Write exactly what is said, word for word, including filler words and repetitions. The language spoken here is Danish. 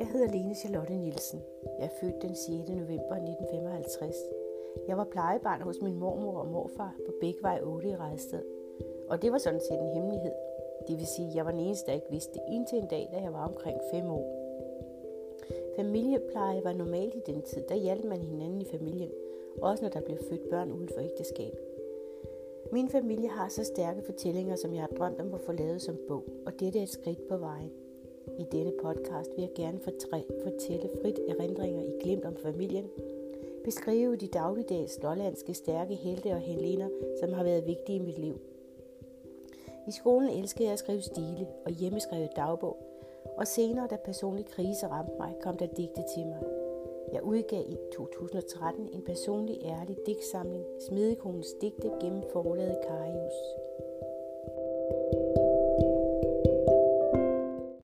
Jeg hedder Lene Charlotte Nielsen. Jeg er født den sjette november nitten femoghalvtreds. Jeg var plejebarn hos min mormor og morfar på Bækvej otte i Radsted. Og det var sådan set en hemmelighed. Det vil sige, at jeg var den eneste, der ikke vidste det, indtil en dag, da jeg var omkring fem år. Familiepleje var normalt i den tid. Der hjalp man hinanden i familien, også når der blev født børn uden for ægteskab. Min familie har så stærke fortællinger, som jeg har drømt om at få lavet som bog, og dette er et skridt på vejen. I denne podcast vil jeg gerne fortælle frit erindringer i glimt om familien, beskrive de dagligdags lollandske stærke helte og hellener, som har været vigtige i mit liv. I skolen elskede jeg at skrive stile og hjemmeskrevet dagbog, og senere, da personlig krise ramte mig, kom der digte til mig. Jeg udgav i to tusind og tretten en personlig ærlig digtsamling, Smedekonens digte gennem forlaget Karius.